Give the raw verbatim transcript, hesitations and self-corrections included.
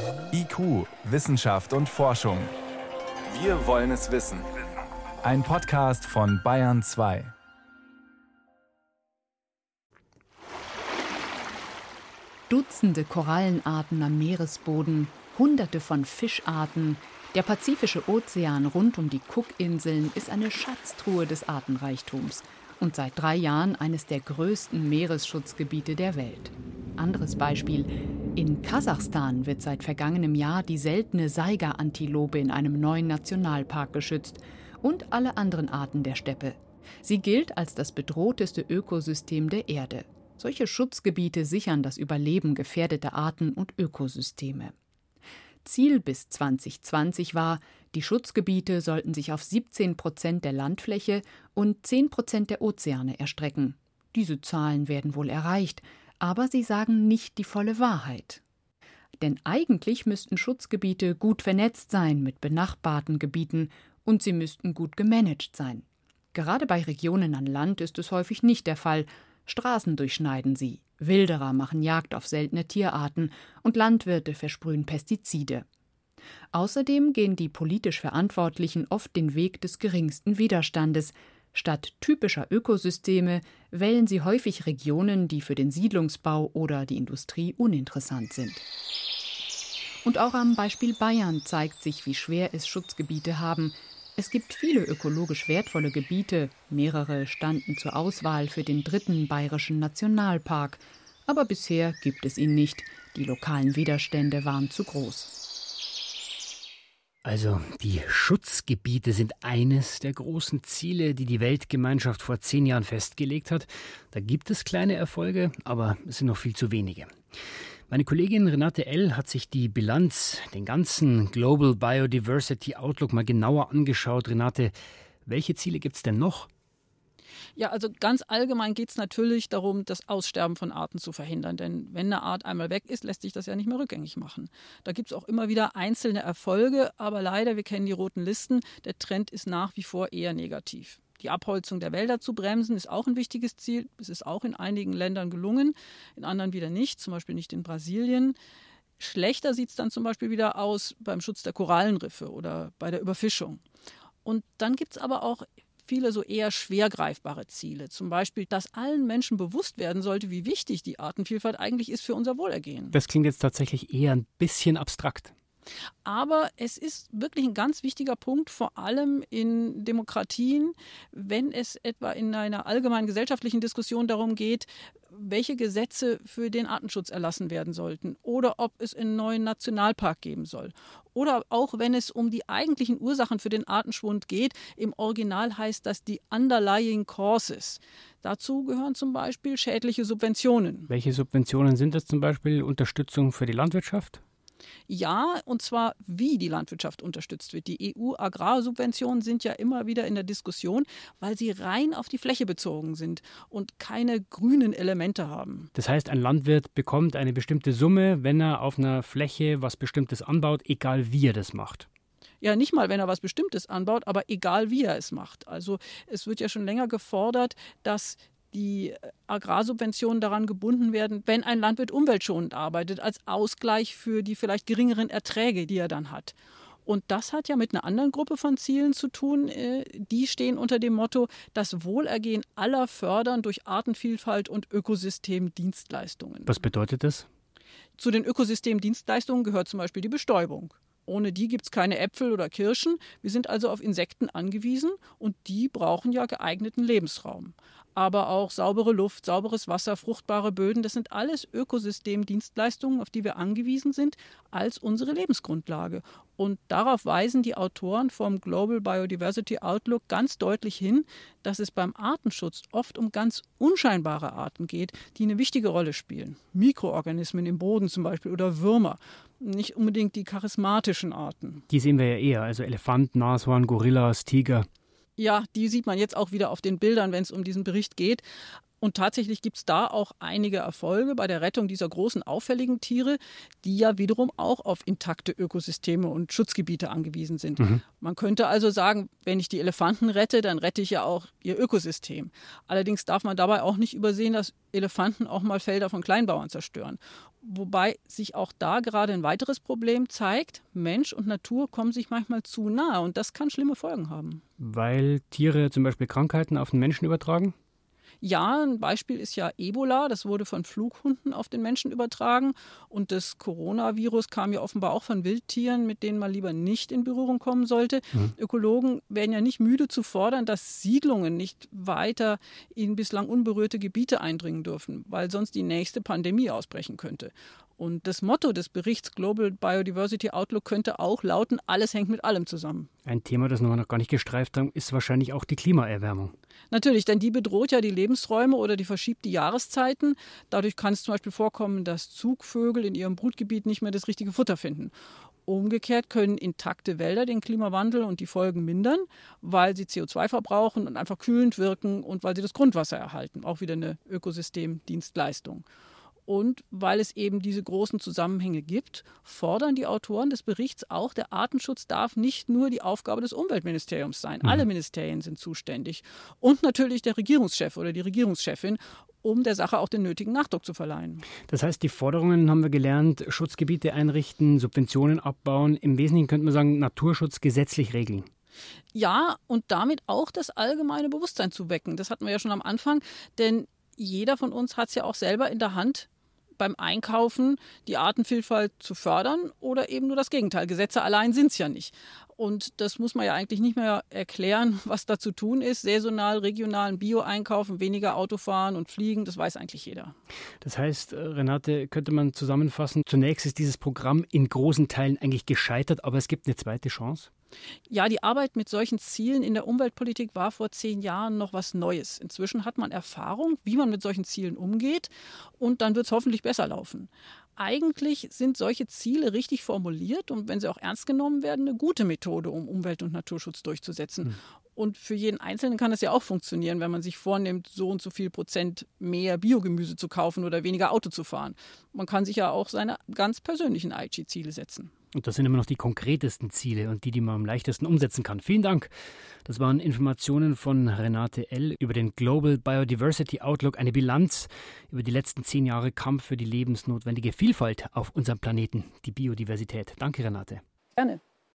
I Q, Wissenschaft und Forschung. Wir wollen es wissen. Ein Podcast von Bayern zwei. Dutzende Korallenarten am Meeresboden, Hunderte von Fischarten. Der Pazifische Ozean rund um die Cookinseln ist eine Schatztruhe des Artenreichtums und seit drei Jahren eines der größten Meeresschutzgebiete der Welt. Anderes Beispiel: In Kasachstan wird seit vergangenem Jahr die seltene Saiga-Antilope in einem neuen Nationalpark geschützt und alle anderen Arten der Steppe. Sie gilt als das bedrohteste Ökosystem der Erde. Solche Schutzgebiete sichern das Überleben gefährdeter Arten und Ökosysteme. Ziel bis zwanzig zwanzig war, die Schutzgebiete sollten sich auf siebzehn Prozent der Landfläche und zehn Prozent der Ozeane erstrecken. Diese Zahlen werden wohl erreicht, aber sie sagen nicht die volle Wahrheit. Denn eigentlich müssten Schutzgebiete gut vernetzt sein mit benachbarten Gebieten und sie müssten gut gemanagt sein. Gerade bei Regionen an Land ist es häufig nicht der Fall. Straßen durchschneiden sie, Wilderer machen Jagd auf seltene Tierarten und Landwirte versprühen Pestizide. Außerdem gehen die politisch Verantwortlichen oft den Weg des geringsten Widerstandes. Statt typischer Ökosysteme wählen sie häufig Regionen, die für den Siedlungsbau oder die Industrie uninteressant sind. Und auch am Beispiel Bayern zeigt sich, wie schwer es Schutzgebiete haben. Es gibt viele ökologisch wertvolle Gebiete, mehrere standen zur Auswahl für den dritten bayerischen Nationalpark. Aber bisher gibt es ihn nicht. Die lokalen Widerstände waren zu groß. Also die Schutzgebiete sind eines der großen Ziele, die die Weltgemeinschaft vor zehn Jahren festgelegt hat. Da gibt es kleine Erfolge, aber es sind noch viel zu wenige. Meine Kollegin Renate L. hat sich die Bilanz, den ganzen Global Biodiversity Outlook mal genauer angeschaut. Renate, welche Ziele gibt es denn noch? Ja, also ganz allgemein geht es natürlich darum, das Aussterben von Arten zu verhindern. Denn wenn eine Art einmal weg ist, lässt sich das ja nicht mehr rückgängig machen. Da gibt es auch immer wieder einzelne Erfolge, aber leider, wir kennen die roten Listen, der Trend ist nach wie vor eher negativ. Die Abholzung der Wälder zu bremsen, ist auch ein wichtiges Ziel. Es ist auch in einigen Ländern gelungen, in anderen wieder nicht, zum Beispiel nicht in Brasilien. Schlechter sieht es dann zum Beispiel wieder aus beim Schutz der Korallenriffe oder bei der Überfischung. Und dann gibt es aber auch viele so eher schwer greifbare Ziele. Zum Beispiel, dass allen Menschen bewusst werden sollte, wie wichtig die Artenvielfalt eigentlich ist für unser Wohlergehen. Das klingt jetzt tatsächlich eher ein bisschen abstrakt. Aber es ist wirklich ein ganz wichtiger Punkt, vor allem in Demokratien, wenn es etwa in einer allgemeinen gesellschaftlichen Diskussion darum geht, welche Gesetze für den Artenschutz erlassen werden sollten oder ob es einen neuen Nationalpark geben soll. Oder auch wenn es um die eigentlichen Ursachen für den Artenschwund geht. Im Original heißt das die underlying causes. Dazu gehören zum Beispiel schädliche Subventionen. Welche Subventionen sind das zum Beispiel? Unterstützung für die Landwirtschaft? Ja, und zwar wie die Landwirtschaft unterstützt wird. Die E U-Agrarsubventionen sind ja immer wieder in der Diskussion, weil sie rein auf die Fläche bezogen sind und keine grünen Elemente haben. Das heißt, ein Landwirt bekommt eine bestimmte Summe, wenn er auf einer Fläche was Bestimmtes anbaut, egal wie er das macht. Ja, nicht mal, wenn er was Bestimmtes anbaut, aber egal wie er es macht. Also es wird ja schon länger gefordert, dass die Agrarsubventionen daran gebunden werden, wenn ein Landwirt umweltschonend arbeitet, als Ausgleich für die vielleicht geringeren Erträge, die er dann hat. Und das hat ja mit einer anderen Gruppe von Zielen zu tun. Die stehen unter dem Motto, das Wohlergehen aller fördern durch Artenvielfalt und Ökosystemdienstleistungen. Was bedeutet das? Zu den Ökosystemdienstleistungen gehört zum Beispiel die Bestäubung. Ohne die gibt es keine Äpfel oder Kirschen. Wir sind also auf Insekten angewiesen und die brauchen ja geeigneten Lebensraum. Aber auch saubere Luft, sauberes Wasser, fruchtbare Böden, das sind alles Ökosystemdienstleistungen, auf die wir angewiesen sind, als unsere Lebensgrundlage. Und darauf weisen die Autoren vom Global Biodiversity Outlook ganz deutlich hin, dass es beim Artenschutz oft um ganz unscheinbare Arten geht, die eine wichtige Rolle spielen. Mikroorganismen im Boden zum Beispiel oder Würmer, nicht unbedingt die charismatischen Arten. Die sehen wir ja eher, also Elefant, Nashorn, Gorillas, Tiger. Ja, die sieht man jetzt auch wieder auf den Bildern, wenn es um diesen Bericht geht. Und tatsächlich gibt es da auch einige Erfolge bei der Rettung dieser großen, auffälligen Tiere, die ja wiederum auch auf intakte Ökosysteme und Schutzgebiete angewiesen sind. Mhm. Man könnte also sagen, wenn ich die Elefanten rette, dann rette ich ja auch ihr Ökosystem. Allerdings darf man dabei auch nicht übersehen, dass Elefanten auch mal Felder von Kleinbauern zerstören. Wobei sich auch da gerade ein weiteres Problem zeigt. Mensch und Natur kommen sich manchmal zu nahe und das kann schlimme Folgen haben. Weil Tiere zum Beispiel Krankheiten auf den Menschen übertragen? Ja, ein Beispiel ist ja Ebola. Das wurde von Flughunden auf den Menschen übertragen. Und das Coronavirus kam ja offenbar auch von Wildtieren, mit denen man lieber nicht in Berührung kommen sollte. Mhm. Ökologen werden ja nicht müde zu fordern, dass Siedlungen nicht weiter in bislang unberührte Gebiete eindringen dürfen, weil sonst die nächste Pandemie ausbrechen könnte. Und das Motto des Berichts Global Biodiversity Outlook könnte auch lauten, alles hängt mit allem zusammen. Ein Thema, das wir noch gar nicht gestreift haben, ist wahrscheinlich auch die Klimaerwärmung. Natürlich, denn die bedroht ja die Lebensräume oder die verschiebt die Jahreszeiten. Dadurch kann es zum Beispiel vorkommen, dass Zugvögel in ihrem Brutgebiet nicht mehr das richtige Futter finden. Umgekehrt können intakte Wälder den Klimawandel und die Folgen mindern, weil sie C O zwei verbrauchen und einfach kühlend wirken und weil sie das Grundwasser erhalten. Auch wieder eine Ökosystemdienstleistung. Und weil es eben diese großen Zusammenhänge gibt, fordern die Autoren des Berichts auch, der Artenschutz darf nicht nur die Aufgabe des Umweltministeriums sein. Mhm. Alle Ministerien sind zuständig. Und natürlich der Regierungschef oder die Regierungschefin, um der Sache auch den nötigen Nachdruck zu verleihen. Das heißt, die Forderungen haben wir gelernt, Schutzgebiete einrichten, Subventionen abbauen. Im Wesentlichen könnte man sagen, Naturschutz gesetzlich regeln. Ja, und damit auch das allgemeine Bewusstsein zu wecken. Das hatten wir ja schon am Anfang, denn jeder von uns hat es ja auch selber in der Hand, beim Einkaufen die Artenvielfalt zu fördern oder eben nur das Gegenteil. Gesetze allein sind es ja nicht. Und das muss man ja eigentlich nicht mehr erklären, was da zu tun ist. Saisonal, regional, Bio-Einkaufen, weniger Autofahren und Fliegen, das weiß eigentlich jeder. Das heißt, Renate, könnte man zusammenfassen, zunächst ist dieses Programm in großen Teilen eigentlich gescheitert, aber es gibt eine zweite Chance? Ja, die Arbeit mit solchen Zielen in der Umweltpolitik war vor zehn Jahren noch was Neues. Inzwischen hat man Erfahrung, wie man mit solchen Zielen umgeht und dann wird es hoffentlich besser laufen. Eigentlich sind solche Ziele richtig formuliert und wenn sie auch ernst genommen werden, eine gute Methode, um Umwelt- und Naturschutz durchzusetzen. Hm. Und für jeden Einzelnen kann das ja auch funktionieren, wenn man sich vornimmt, so und so viel Prozent mehr Biogemüse zu kaufen oder weniger Auto zu fahren. Man kann sich ja auch seine ganz persönlichen I G-Ziele setzen. Und das sind immer noch die konkretesten Ziele und die, die man am leichtesten umsetzen kann. Vielen Dank. Das waren Informationen von Renate L. über den Global Biodiversity Outlook, eine Bilanz über die letzten zehn Jahre Kampf für die lebensnotwendige Vielfalt auf unserem Planeten, die Biodiversität. Danke, Renate. Gerne.